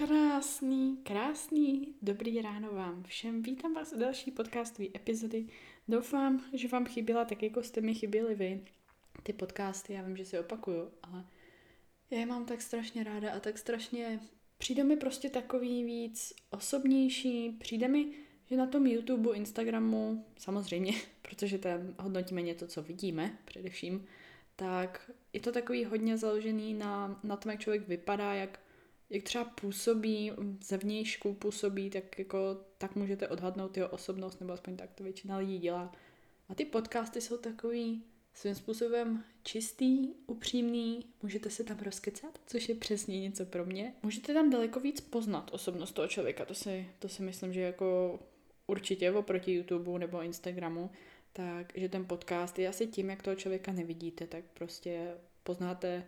Krásný, dobrý ráno vám všem. Vítám vás u další podcastové epizody. Doufám, že vám chyběla tak, jako jste mi chyběli vy. Ty podcasty, já vím, že se opakuju, ale já je mám tak strašně ráda a tak strašně... Přijde mi prostě takový víc osobnější, přijde mi, že na tom YouTube, Instagramu, samozřejmě, protože tam hodnotíme něco, co vidíme především, tak je to takový hodně založený na tom, jak člověk vypadá, jak třeba působí, zevnějšku působí, tak můžete odhadnout jeho osobnost, nebo aspoň tak to většina lidí dělá. A ty podcasty jsou takový svým způsobem čistý, upřímný, můžete se tam rozkecat, což je přesně něco pro mě. Můžete tam daleko víc poznat osobnost toho člověka, to si myslím, že jako určitě oproti YouTube nebo Instagramu, takže ten podcast je asi tím, jak toho člověka nevidíte, tak prostě poznáte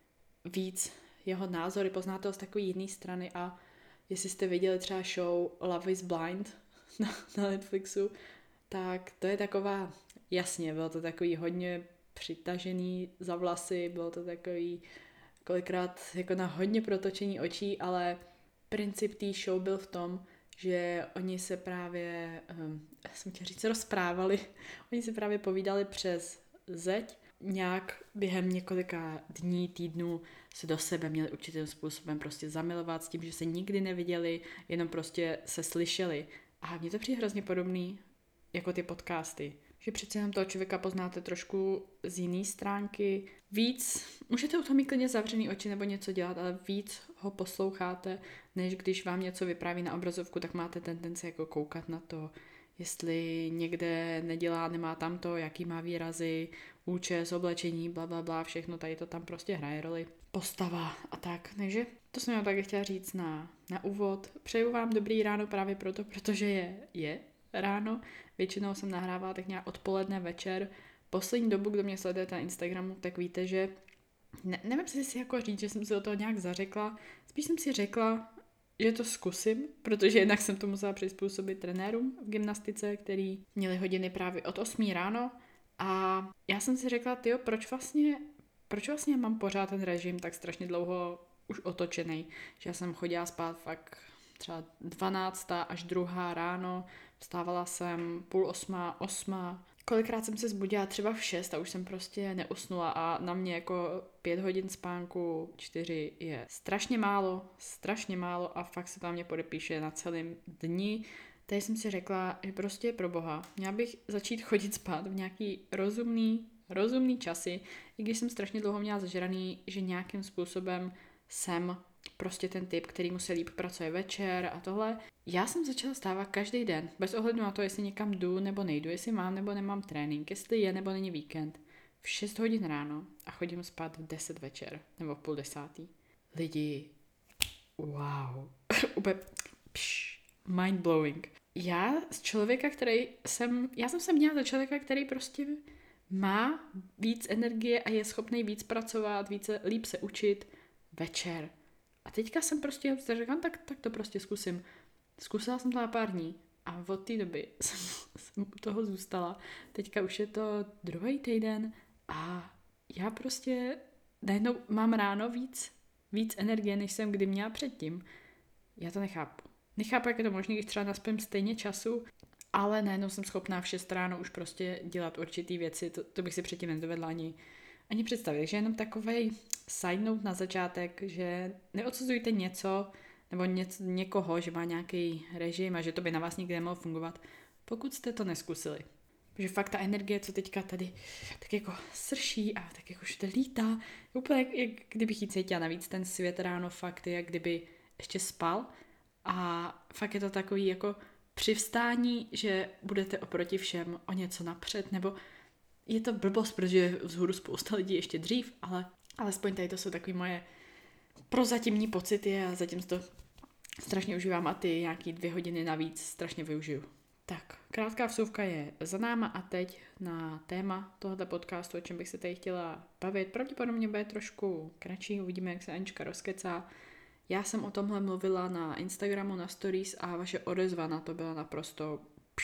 víc jeho názory, poznáte ho z takové jiné strany a jestli jste viděli třeba show Love is Blind na Netflixu, tak to je taková, jasně, bylo to takový hodně přitažený za vlasy, bylo to takový kolikrát jako na hodně protočení očí, ale princip té show byl v tom, že oni se právě, jsem chtěla říct, rozprávali, oni se právě povídali přes zeď, nějak během několika dní, týdnů se do sebe měli určitým způsobem prostě zamilovat s tím, že se nikdy neviděli, jenom prostě se slyšeli. A mně to přijde hrozně podobný jako ty podcasty, že přece jenom toho člověka poznáte trošku z jiné stránky. Víc, můžete u toho mít klidně zavřený oči nebo něco dělat, ale víc ho posloucháte, než když vám něco vypráví na obrazovku, tak máte tendenci jako koukat na to, jestli někde nedělá, nemá tamto, jaký má výrazy, účes, oblečení, blablabla, všechno tady to tam prostě hraje roli. Postava a tak, takže to jsem vám také chtěla říct na úvod. Přeju vám dobrý ráno právě proto, protože je ráno. Většinou jsem nahrávala tak nějak odpoledne, večer. Poslední dobu, kdo mě sledujete na Instagramu, tak víte, že nevím si jako říct, že jsem se do toho nějak zařekla. Spíš jsem si řekla, že to zkusím, protože jednak jsem to musela přizpůsobit trenérům v gymnastice, který měli hodiny právě od 8 ráno a já jsem si řekla, proč vlastně mám pořád ten režim tak strašně dlouho už otočený, že já jsem chodila spát fakt třeba 12. až 2. ráno, vstávala jsem 7:30, 8. Kolikrát jsem se zbudila třeba v 6 a už jsem prostě neusnula a na mě jako 5 hodin spánku 4 je strašně málo a fakt se to na mě podepíše na celém dni. Tady jsem si řekla, že prostě pro boha, měla bych začít chodit spát v nějaký rozumný časy, i když jsem strašně dlouho měla zažraný, že nějakým způsobem jsem prostě ten typ, který mu se líp pracuje večer a tohle. Já jsem začala stávat každý den, bez ohledu na to, jestli někam jdu nebo nejdu, jestli mám nebo nemám trénink, jestli je nebo není víkend. V 6 hodin ráno a chodím spát v 10 večer, nebo v 9:30. Lidi, wow, úplně mind blowing. Já jsem se měla za člověka, který prostě má víc energie a je schopný víc pracovat, líp se učit večer. A teďka jsem prostě řekla, tak to prostě zkusím. Zkusila jsem to na pár dní a od té doby jsem u toho zůstala. Teďka už je to 2. týden a já prostě najednou mám ráno víc energie, než jsem kdy měla předtím. Já to nechápu. Nechápu, jak je to možné, když třeba naspím stejně času, ale najednou jsem schopná v 6 ráno už prostě dělat určitý věci. To bych si předtím nedovedla ani představit. Takže jenom takovej side note na začátek, že neodsuzujte něco nebo někoho, že má nějaký režim a že to by na vás nikdy nemohlo fungovat, pokud jste to neskusili. Protože fakt ta energie, co teďka tady tak jako srší a tak jako všude lítá, úplně jak kdybych ji cítila. Navíc ten svět ráno fakt je, jak kdyby ještě spal a fakt je to takový jako přivstání, že budete oproti všem o něco napřed, nebo je to blbost, protože vzhůru spousta lidí ještě dřív, ale alespoň tady to jsou takové moje prozatímní pocity a zatím to strašně užívám a ty nějaký 2 hodiny navíc strašně využiju. Tak, krátká vsuvka je za náma a teď na téma tohoto podcastu, o čem bych se tady chtěla bavit. Pravděpodobně bude trošku kratší, uvidíme, jak se Anička rozkecá. Já jsem o tomhle mluvila na Instagramu, na stories a vaše odezva na to byla naprosto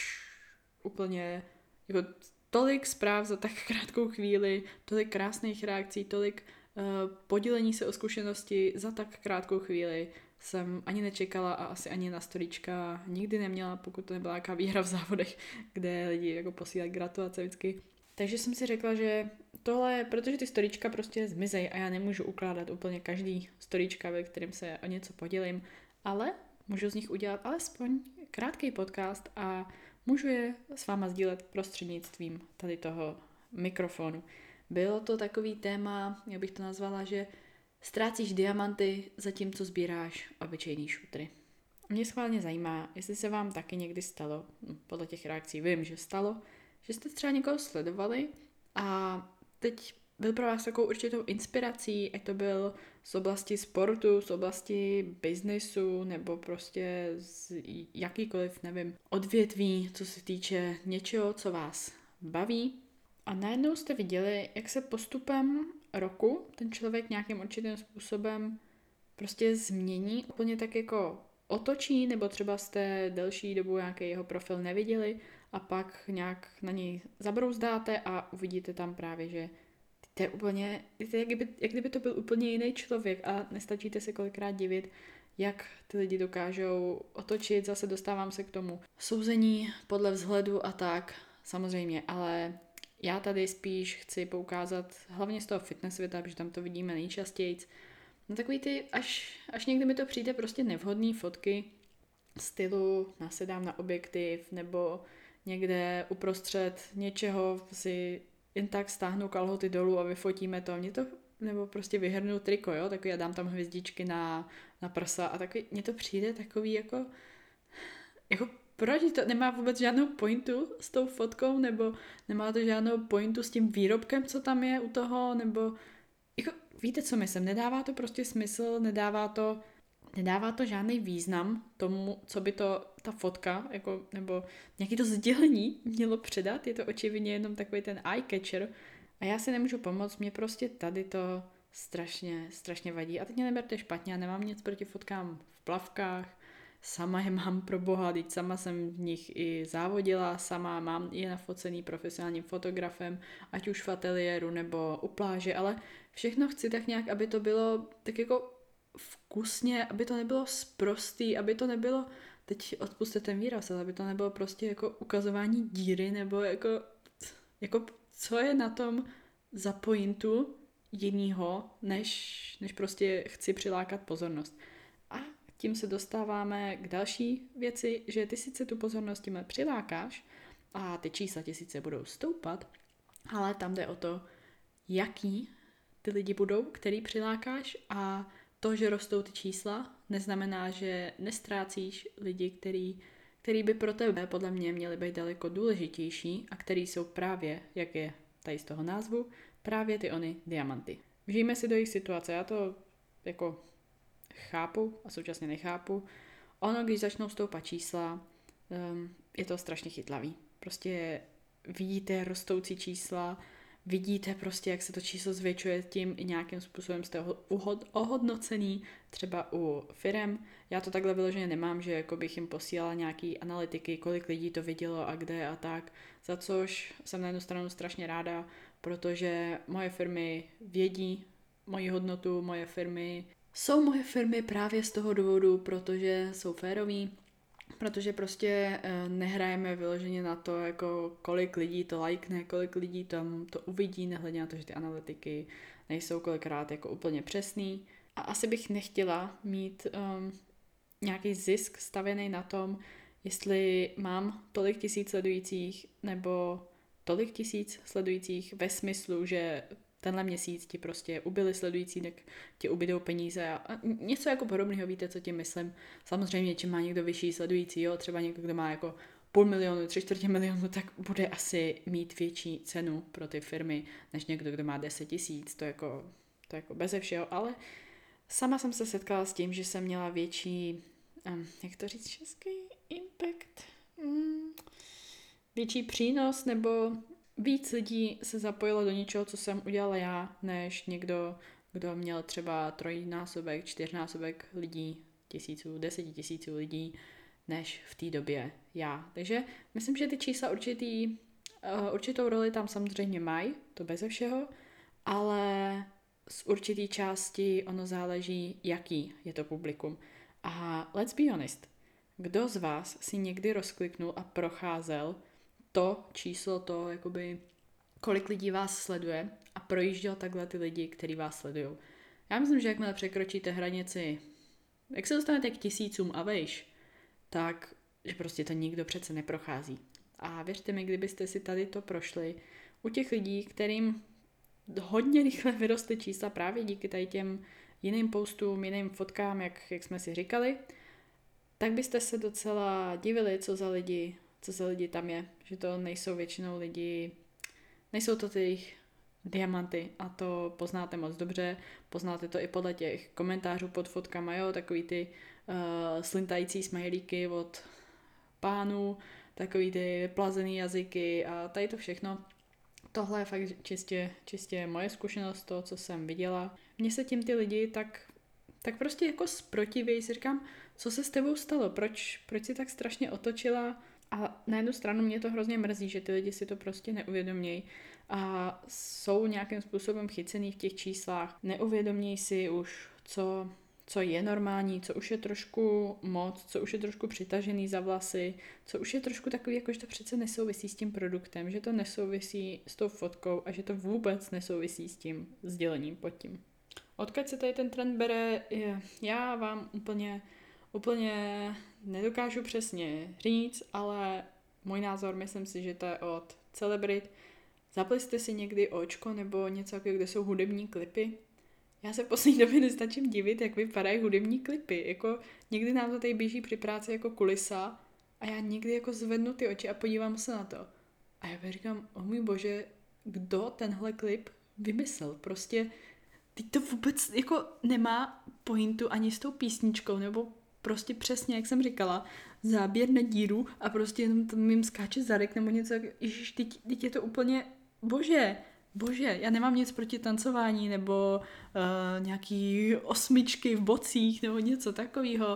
úplně jako tolik zpráv za tak krátkou chvíli, tolik krásných reakcí, tolik podělení se o zkušenosti za tak krátkou chvíli. jsem ani nečekala a asi ani na storíčka nikdy neměla, pokud to nebyla nějaká výhra v závodech, kde lidi jako posílají gratulace vždycky. Takže jsem si řekla, že tohle, protože ty storíčka prostě zmizej a já nemůžu ukládat úplně každý storíčka, ve kterým se o něco podělím, ale můžu z nich udělat alespoň krátký podcast a můžu je s váma sdílet prostřednictvím tady toho mikrofonu. Bylo to takový téma, já bych to nazvala, že ztrácíš diamanty, zatímco sbíráš obyčejný šutry. Mě schválně zajímá, jestli se vám taky někdy stalo, podle těch reakcí vím, že stalo, že jste třeba někoho sledovali a teď byl pro vás takovou určitou inspirací, ať to byl z oblasti sportu, z oblasti biznesu nebo prostě z jakýkoliv, nevím, odvětví, co se týče něčeho, co vás baví. A najednou jste viděli, jak se postupem roku ten člověk nějakým určitým způsobem prostě změní, úplně tak jako otočí, nebo třeba jste delší dobu nějaký jeho profil neviděli a pak nějak na něj zabrouzdáte a uvidíte tam právě, že to je úplně, jak kdyby to byl úplně jiný člověk a nestačíte se kolikrát divit, jak ty lidi dokážou otočit, zase dostávám se k tomu souzení podle vzhledu a tak, samozřejmě, ale já tady spíš chci poukázat hlavně z toho fitness světa, protože tam to vidíme nejčastěji. No takový ty, až někdy mi to přijde prostě nevhodný fotky stylu nasedám na objektiv nebo někde uprostřed něčeho si jen tak stáhnu kalhoty dolů a vyfotíme to. Mě to, nebo prostě vyhrnu triko, jo, takový a dám tam hvězdičky na prsa a takový, mně to přijde takový jako proč to nemá vůbec žádnou pointu s tou fotkou, nebo nemá to žádnou pointu s tím výrobkem, co tam je u toho, nebo jako, víte, co myslím, nedává to prostě smysl, nedává to žádný význam tomu, co by to ta fotka, jako, nebo nějaký to sdělení mělo předat, je to očividně jenom takový ten eye catcher a já si nemůžu pomoct, mě prostě tady to strašně vadí a teď mě neberte špatně, já nemám nic proti fotkám v plavkách, sama je mám pro boha, teď sama jsem v nich i závodila, sama mám je nafocený profesionálním fotografem, ať už v ateliéru nebo u pláže, ale všechno chci tak nějak, aby to bylo tak jako vkusně, aby to nebylo sprostý, aby to nebylo, teď odpuste ten výraz, ale aby to nebylo prostě jako ukazování díry, nebo jako co je na tom za pointu jinýho, než prostě chci přilákat pozornost. A tím se dostáváme k další věci, že ty sice tu pozornost tímhle přilákáš a ty čísla ti sice budou stoupat, ale tam jde o to, jaký ty lidi budou, který přilákáš a to, že rostou ty čísla, neznamená, že nestrácíš lidi, který by pro tebe podle mě měli být daleko důležitější a který jsou právě, jak je tady z toho názvu, právě ty ony diamanty. Vžijme si do jejich situace, já to jako chápu a současně nechápu. Ono, když začnou stoupat čísla, je to strašně chytlavý. Prostě vidíte rostoucí čísla, vidíte prostě, jak se to číslo zvětšuje, tím i nějakým způsobem jste ohodnocený, třeba u firem. Já to takhle vyloženě nemám, že jako bych jim posílala nějaký analytiky, kolik lidí to vidělo a kde a tak, za což jsem na jednu stranu strašně ráda, protože moje firmy vědí moji hodnotu, jsou moje firmy právě z toho důvodu, protože jsou féroví, protože prostě nehrajeme vyloženě na to, jako kolik lidí to lajkne, kolik lidí tam to uvidí, nehledě na to, že ty analytiky nejsou kolikrát jako úplně přesný. A asi bych nechtěla mít nějaký zisk stavěný na tom, jestli mám tolik tisíc sledujících nebo tolik tisíc sledujících ve smyslu, že tenhle měsíc ti prostě ubyli sledující, tak ti ubydou peníze a něco jako podobného, víte, co tím myslím. Samozřejmě, čím má někdo vyšší sledující, jo, třeba někdo, kdo má jako 500 000, 3/4 milionu, tak bude asi mít větší cenu pro ty firmy, než někdo, kdo má 10 000, to jako beze všeho, ale sama jsem se setkala s tím, že jsem měla větší, jak to říct česky, impact, větší přínos, nebo víc lidí se zapojilo do něčeho, co jsem udělala já, než někdo, kdo měl třeba 3násobek, 4násobek lidí, 10 000 lidí, než v té době já. Takže myslím, že ty čísla určitou roli tam samozřejmě mají, to beze všeho, ale z určitý části ono záleží, jaký je to publikum. A let's be honest, kdo z vás si někdy rozkliknul a procházel to číslo, to jakoby kolik lidí vás sleduje a projížděl takhle ty lidi, kteří vás sledují. Já myslím, že jakmile překročíte hranici, jak se dostanete k 1000 a vejš, tak že prostě to nikdo přece neprochází. A věřte mi, kdybyste si tady to prošli u těch lidí, kterým hodně rychle vyrostly čísla právě díky tady těm jiným postům, jiným fotkám, jak jsme si říkali, tak byste se docela divili, co za lidi tam je. Že to nejsou většinou lidi, nejsou to ty diamanty a to poznáte moc dobře, poznáte to i podle těch komentářů pod fotkama, jo, takový ty slintající smajlíky od pánů, takový ty plazený jazyky a tady to všechno. Tohle je fakt čistě moje zkušenost, to, co jsem viděla. Mně se tím ty lidi tak prostě jako zprotivějí, si říkám, co se s tebou stalo, proč si tak strašně otočila. A na jednu stranu mě to hrozně mrzí, že ty lidi si to prostě neuvědomějí a jsou nějakým způsobem chycený v těch číslách. Neuvědomějí si už, co je normální, co už je trošku moc, co už je trošku přitažený za vlasy, co už je trošku takový, jako že to přece nesouvisí s tím produktem, že to nesouvisí s tou fotkou a že to vůbec nesouvisí s tím sdělením pod tím. Odkud se tady ten trend bere, já vám úplně nedokážu přesně říct, ale můj názor, myslím si, že to je od celebrit. Zapli jste si někdy očko nebo něco, kde jsou hudební klipy? Já se v poslední době nestačím divit, jak vypadají hudební klipy. Jako někdy nám to tady běží při práci jako kulisa a já někdy jako zvednu ty oči a podívám se na to. A já říkám, o můj bože, kdo tenhle klip vymyslel? Prostě teď to vůbec jako nemá pointu ani s tou písničkou, nebo prostě přesně, jak jsem říkala, záběr na díru a prostě jenom tam jim skáče zadek nebo něco, ježiš, teď je to úplně, bože, já nemám nic proti tancování nebo nějaký osmičky v bocích nebo něco takového,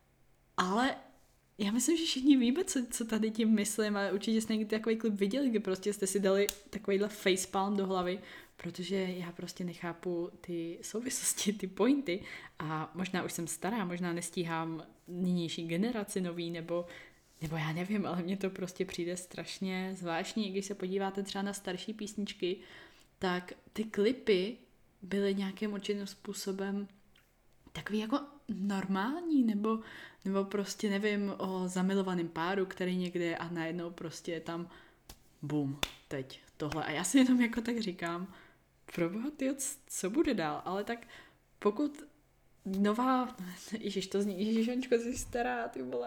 ale já myslím, že všichni víme, co tady tím myslím a určitě jste někdy takový klip viděli, kdy prostě jste si dali takovýhle facepalm do hlavy, protože já prostě nechápu ty souvislosti, ty pointy a možná už jsem stará, možná nestíhám nynější generaci nový, nebo já nevím, ale mně to prostě přijde strašně zvláštní, když se podíváte třeba na starší písničky, tak ty klipy byly nějakým určitým způsobem takový jako normální, nebo prostě nevím o zamilovaném páru, který někde je a najednou prostě je tam bum, teď tohle. A já si jenom jako tak říkám, proboha, tyjo, co bude dál? Ale tak pokud nová, to zní, Ježišončko, jsi stará, ty vole.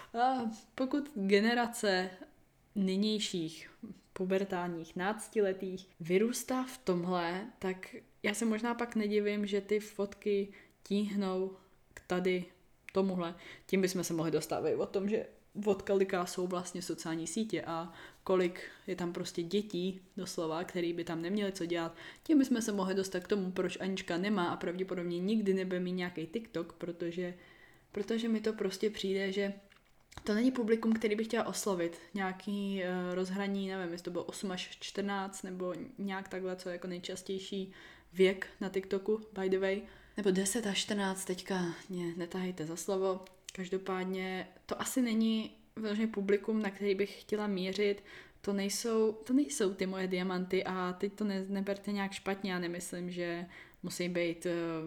Pokud generace nynějších pubertálních, náctiletých vyrůstá v tomhle, tak já se možná pak nedivím, že ty fotky tíhnou k tady tomuhle. Tím bychom se mohli dostávat o tom, že od kolika jsou vlastně sociální sítě a kolik je tam prostě dětí, doslova, který by tam neměli co dělat. Tím bychom se mohli dostat k tomu, proč Anička nemá a pravděpodobně nikdy nebude mít nějaký TikTok, protože mi to prostě přijde, že to není publikum, který bych chtěla oslovit. Nějaký rozhraní, nevím, jestli to bylo 8 až 14 nebo nějak takhle, co je jako nejčastější věk na TikToku, by the way. Nebo 10 až 14, teďka mě netahejte za slovo. Každopádně to asi není vlastně publikum, na který bych chtěla mířit. To nejsou ty moje diamanty a teď to neberte nějak špatně. Já nemyslím, že musí být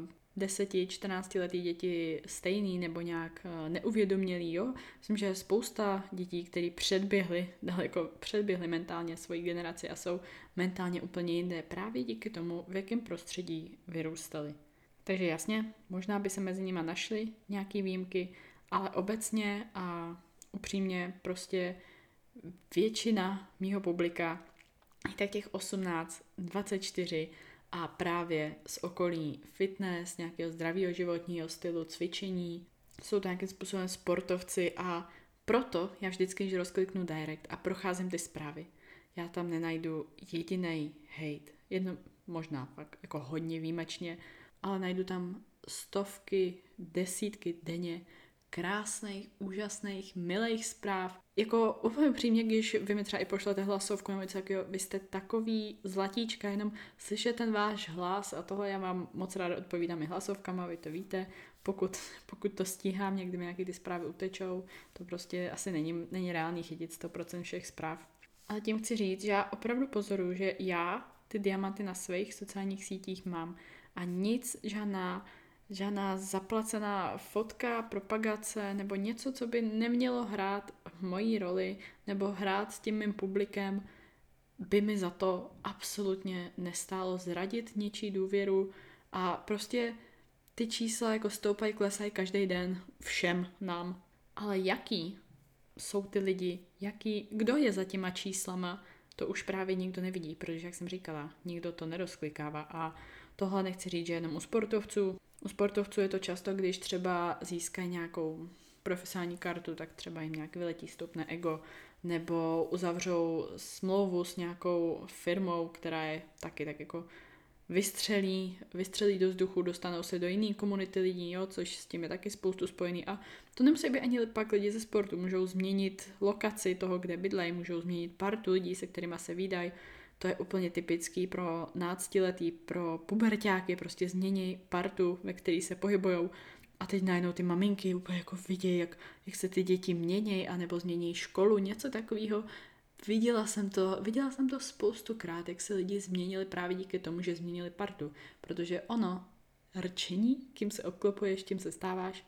10-14 letý děti stejný nebo nějak neuvědomělý, jo. Myslím, že je spousta dětí, který předběhly mentálně svoji generaci a jsou mentálně úplně jinde právě díky tomu, v jakém prostředí vyrůstali. Takže jasně, možná by se mezi nimi našly nějaké výjimky, ale obecně a upřímně prostě většina mýho publika je tak těch 18, 24 a právě z okolí fitness, nějakého zdravého životního stylu, cvičení, jsou to nějakým způsobem sportovci a proto já vždycky, když rozkliknu direct a procházím ty zprávy, já tam nenajdu jedinej hate, jedno možná fakt jako hodně výjimečně, ale najdu tam stovky, desítky denně krásných, úžasných, milých zpráv. Jako úplně přímě, když vy mi třeba i pošlete hlasovku nebo něco takového, vy jste takový zlatíčka, jenom slyšet ten váš hlas a tohle já vám moc ráda odpovídám i hlasovkama, vy to víte, pokud to stíhám, někdy mi nějaké ty zprávy utečou, to prostě asi není reálný chytit 100% všech zpráv. Ale tím chci říct, že já opravdu pozoruju, že já ty diamanty na svých sociálních sítích mám a nic, žádná zaplacená fotka, propagace nebo něco, co by nemělo hrát v mojí roli nebo hrát s tím mým publikem, by mi za to absolutně nestálo zradit něčí důvěru a prostě ty čísla jako stoupají, klesají každý den všem nám. Ale jaký jsou ty lidi, kdo je za těma číslama, to už právě nikdo nevidí, protože, jak jsem říkala, nikdo to nerozklikává a tohle nechci říct, že jenom u sportovců. U sportovců je to často, když třeba získají nějakou profesionální kartu, tak třeba jim nějak vyletí, stoupne ego, nebo uzavřou smlouvu s nějakou firmou, která je taky tak jako vystřelí do vzduchu, dostanou se do jiné komunity lidí, jo, což s tím je taky spoustu spojený. A to nemusí být ani pak lidi ze sportu, můžou změnit lokaci toho, kde bydlejí, můžou změnit partu lidí, se kterými se vídají. To je úplně typický pro náctiletí, pro puberťáky, prostě změní partu, ve které se pohybujou. A teď najednou ty maminky úplně jako vidějí, jak se ty děti mění, anebo změní školu, něco takového. Viděla jsem to spoustukrát, jak se lidi změnili právě díky tomu, že změnili partu. Protože ono, rčení, kým se obklopuješ, tím se stáváš,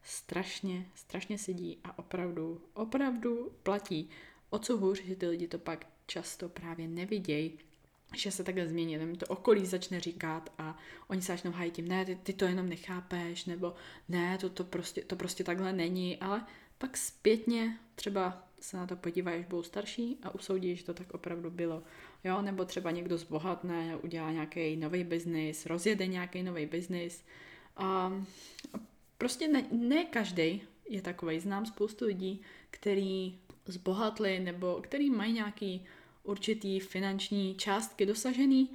strašně sedí a opravdu platí. O co hůř, že ty lidi to pak často právě nevidějí, že se takhle změní, jim to okolí začne říkat a oni se začnou hájit tím, ne, ty to jenom nechápeš, nebo ne, to prostě takhle není, ale pak zpětně třeba se na to podívají, až budou starší a usoudí, že to tak opravdu bylo. Jo, nebo třeba někdo zbohatne, udělá nějaký nový biznis, rozjede nějaký nový biznis a prostě ne každý je takovej. Znám spoustu lidí, který zbohatli nebo který mají nějaký určitý finanční částky dosažený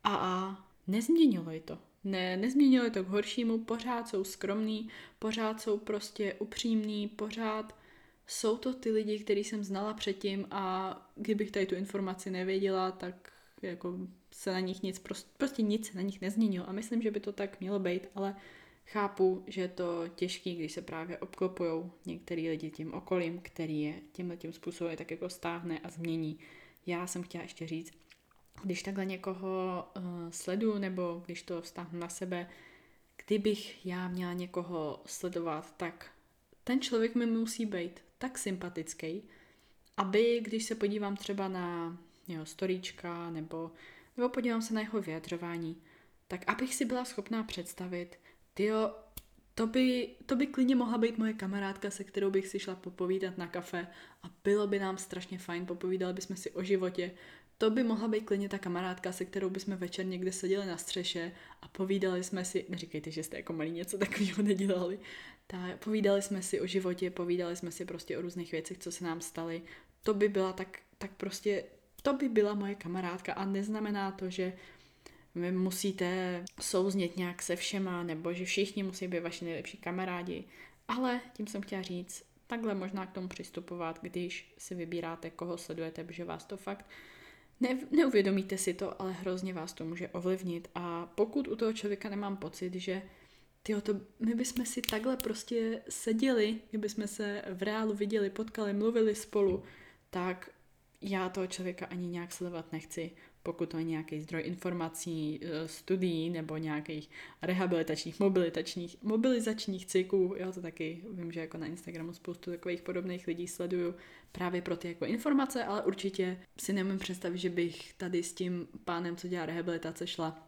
a nezměnilo je to. Nezměnilo je to k horšímu, pořád jsou skromní, pořád jsou prostě upřímní, pořád jsou to ty lidi, který jsem znala předtím a kdybych tady tu informaci nevěděla, tak jako se na nich prostě nic se na nich nezměnilo a myslím, že by to tak mělo být, ale chápu, že je to těžký, když se právě obklopujou některý lidi tím okolím, který je tímhletím způsobem tak jako stáhne a změní. Já jsem chtěla ještě říct, když takhle někoho sleduju nebo když to vztáhnu na sebe, kdybych já měla někoho sledovat, tak ten člověk mi musí být tak sympatický, aby když se podívám třeba na jeho storíčka nebo podívám se na jeho vyjadřování, tak abych si byla schopná představit, tyjo, to by klidně mohla být moje kamarádka, se kterou bych si šla popovídat na kafe a bylo by nám strašně fajn, popovídali bychom si o životě. To by mohla být klidně ta kamarádka, se kterou bychom večer někde seděli na střeše a povídali jsme si, neříkejte, že jste jako malí něco takového nedělali, tak povídali jsme si o životě, povídali jsme si prostě o různých věcech, co se nám staly. To by byla tak prostě, to by byla moje kamarádka a neznamená to, že vy musíte souznět nějak se všema, nebo že všichni musí být vaši nejlepší kamarádi. Ale tím jsem chtěla říct, takhle možná k tomu přistupovat, když si vybíráte, koho sledujete, protože vás to fakt neuvědomíte si to, ale hrozně vás to může ovlivnit. A pokud u toho člověka nemám pocit, že my bychom si takhle prostě seděli, kdybychom se v reálu viděli, potkali, mluvili spolu, tak já toho člověka ani nějak sledovat nechci, pokud to je nějaký zdroj informací, studií nebo nějakých rehabilitačních, mobilizačních cyklů. Jo, to taky vím, že jako na Instagramu spoustu takových podobných lidí sleduju právě pro ty jako informace, ale určitě si nemůžu představit, že bych tady s tím pánem, co dělá rehabilitace,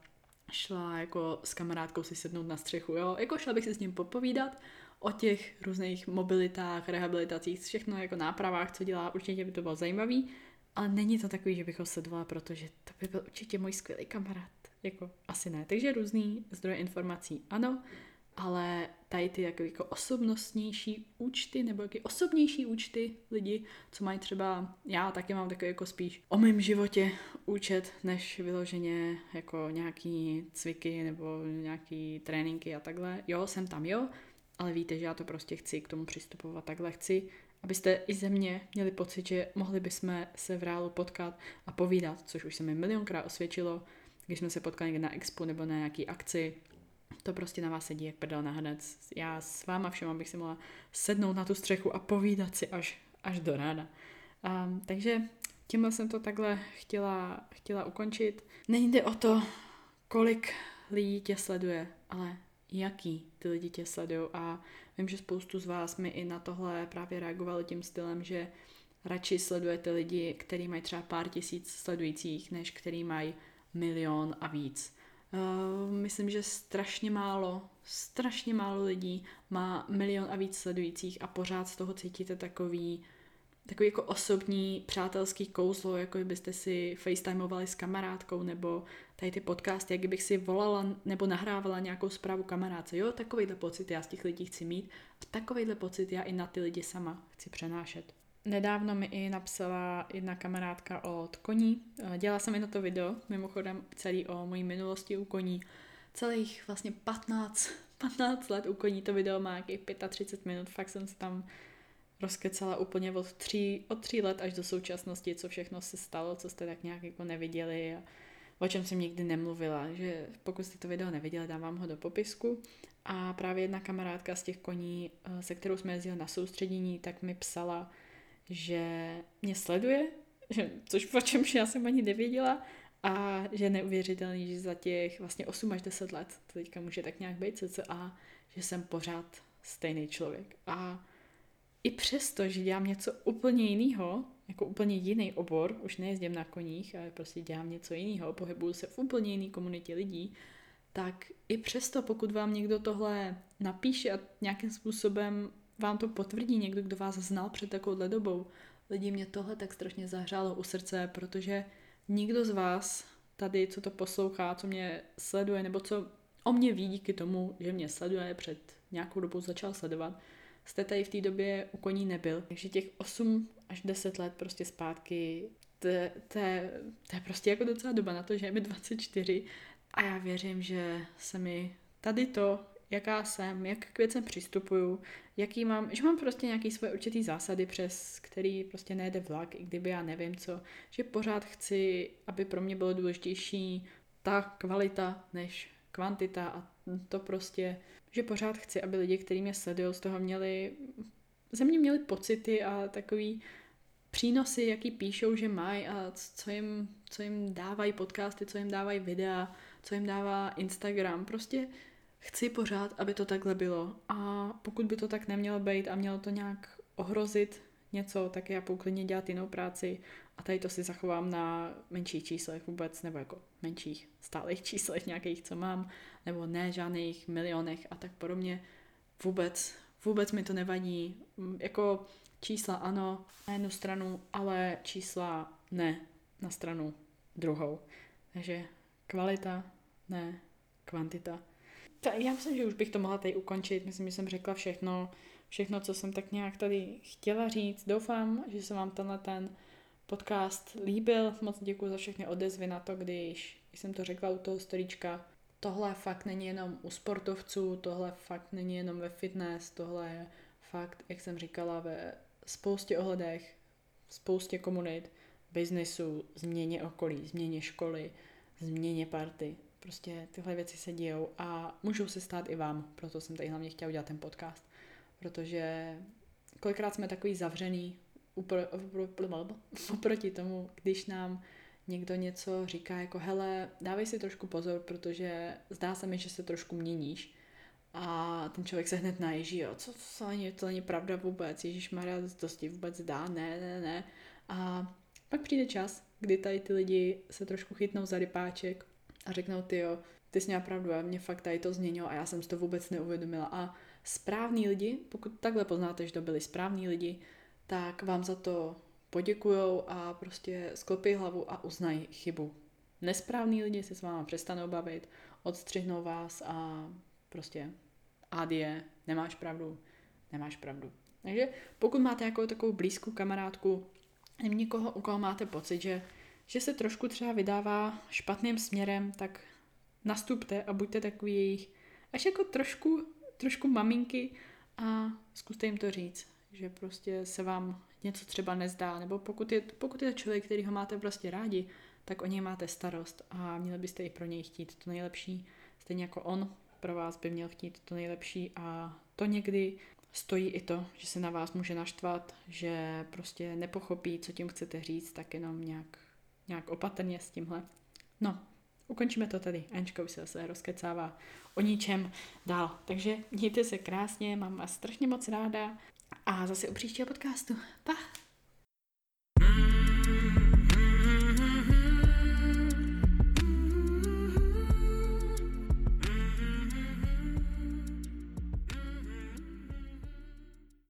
šla jako s kamarádkou si sednout na střechu, jo, jako šla bych si s ním popovídat o těch různých mobilitách, rehabilitacích, všechno jako nápravách, co dělá, určitě by to bylo zajímavý, ale není to takový, že bych ho sledovala, protože to by byl určitě můj skvělý kamarád, jako asi ne, takže různý zdroje informací, ano, ale tady ty jako osobnostnější účty nebo jaký osobnější účty lidi, co mají třeba, já taky mám takový jako spíš o mém životě účet, než vyloženě jako nějaký cviky nebo nějaký tréninky a takhle. Jo, jsem tam, jo, ale víte, že já to prostě chci k tomu přistupovat takhle. Chci, abyste i ze mě měli pocit, že mohli bychom se v reálu potkat a povídat, což už se mi milionkrát osvědčilo, když jsme se potkali někde na expu nebo na nějaký akci, to prostě na vás sedí jak prdel na hrnec. Já s váma všema bych si mohla sednout na tu střechu a povídat si až do rána. Takže tímhle jsem to takhle chtěla ukončit. Nejde o to, kolik lidí tě sleduje, ale jaký ty lidi tě sledují. A vím, že spoustu z vás mi i na tohle právě reagovali tím stylem, že radši sledujete lidi, kteří mají třeba pár tisíc sledujících, než který mají 1 000 000 a víc. Myslím, že strašně málo lidí má 1 000 000 a víc sledujících a pořád z toho cítíte takový jako osobní přátelský kouzlo, jako byste si facetimovali s kamarádkou, nebo tady ty podcasty, jak bych si volala nebo nahrávala nějakou zprávu kamarádce. Jo, takovejhle pocit já z těch lidí chci mít a takovejhle pocit já i na ty lidi sama chci přenášet. Nedávno mi i napsala jedna kamarádka od koní. Dělala jsem i na to video, mimochodem celý o mojí minulosti u koní. Celých vlastně 15 let u koní, to video má nějakých 35 minut, fakt jsem se tam rozkecala úplně od 3 let až do současnosti, co všechno se stalo, co jste tak nějak jako neviděli a o čem jsem nikdy nemluvila, že pokud jste to video neviděli, dám vám ho do popisku. A právě jedna kamarádka z těch koní, se kterou jsme jezdili na soustředění, tak mi psala, že mě sleduje, což o čemž já jsem ani nevěděla, a že je neuvěřitelný, že za těch vlastně 8 až 10 let, to teďka může tak nějak být cca, že jsem pořád stejný člověk. A i přesto, že dělám něco úplně jiného, jako úplně jiný obor, už nejezdím na koních, ale prostě dělám něco jiného, pohybuju se v úplně jiný komunitě lidí, tak i přesto, pokud vám někdo tohle napíše a nějakým způsobem vám to potvrdí někdo, kdo vás znal před takovouhle dobou, lidi, mě tohle tak strašně zahřálo u srdce, protože nikdo z vás tady, co to poslouchá, co mě sleduje, nebo co o mě ví díky tomu, že mě sleduje, před nějakou dobou začal sledovat, jste tady v té době u koní nebyl. Takže těch 8 až 10 let prostě zpátky, to je prostě jako docela doba na to, že je mi 24 a já věřím, že se mi tady to, jaká jsem, jak k věcem přistupuju, že mám prostě nějaký svoje určitý zásady, přes který prostě nejde vlak, i kdyby já nevím co, že pořád chci, aby pro mě bylo důležitější ta kvalita než kvantita a to prostě, že pořád chci, aby lidi, kteří mě sledují, z toho ze mě měli pocity a takový přínosy, jaký píšou, že mají a co jim dávají podcasty, co jim dávají videa, co jim dává Instagram. Prostě chci pořád, aby to takhle bylo. A pokud by to tak nemělo být a mělo to nějak ohrozit něco, tak já poklidně dělat jinou práci a tady to si zachovám na menších číslech vůbec, nebo jako menších stálých číslech nějakých, co mám, nebo ne žádných milionech a tak podobně. Vůbec mi to nevadí. Jako čísla ano, na jednu stranu, ale čísla ne, na stranu druhou. Takže kvalita, ne kvantita. Já myslím, že už bych to mohla tady ukončit. Myslím, že jsem řekla všechno, co jsem tak nějak tady chtěla říct. Doufám, že se vám ten podcast líbil. Moc děkuji za všechny odezvy na to, když jsem to řekla u toho storíčka. Tohle fakt není jenom u sportovců, tohle fakt není jenom ve fitness, tohle je fakt, jak jsem říkala, ve spoustě ohledech, spoustě komunit, biznesu, změně okolí, změně školy, změně party. Prostě tyhle věci se dějou a můžou se stát i vám, proto jsem tady hlavně chtěla udělat ten podcast, protože kolikrát jsme takový zavřený oproti tomu, když nám někdo něco říká jako hele, dávej si trošku pozor, protože zdá se mi, že se trošku měníš a ten člověk se hned naježí, jo, to není pravda vůbec, ježišmarja, to si vůbec dá, ne. A pak přijde čas, kdy tady ty lidi se trošku chytnou za rypáček a řeknou ty jsi měla pravdu a mě fakt tady to změnilo a já jsem si to vůbec neuvědomila. A správní lidi, pokud takhle poznáte, že to byli správní lidi, tak vám za to poděkujou a prostě sklopí hlavu a uznají chybu. Nesprávní lidi se s váma přestanou bavit, odstřihnou vás a prostě adie, nemáš pravdu. Takže pokud máte jako takovou blízkou kamarádku, někoho, u koho máte pocit, že se trošku třeba vydává špatným směrem, tak nastupte a buďte takový jejich až jako trošku maminky a zkuste jim to říct, že prostě se vám něco třeba nezdá, nebo pokud je to člověk, který ho máte prostě rádi, tak o něj máte starost a měli byste i pro něj chtít to nejlepší, stejně jako on pro vás by měl chtít to nejlepší a to někdy stojí i to, že se na vás může naštvat, že prostě nepochopí, co tím chcete říct, tak jenom nějak opatrně s tímhle. No, ukončíme to tady. Anička už se zase rozkecává o ničem dál. Takže mějte se krásně, mám vás strašně moc ráda a zase u příštího podcastu. Pa!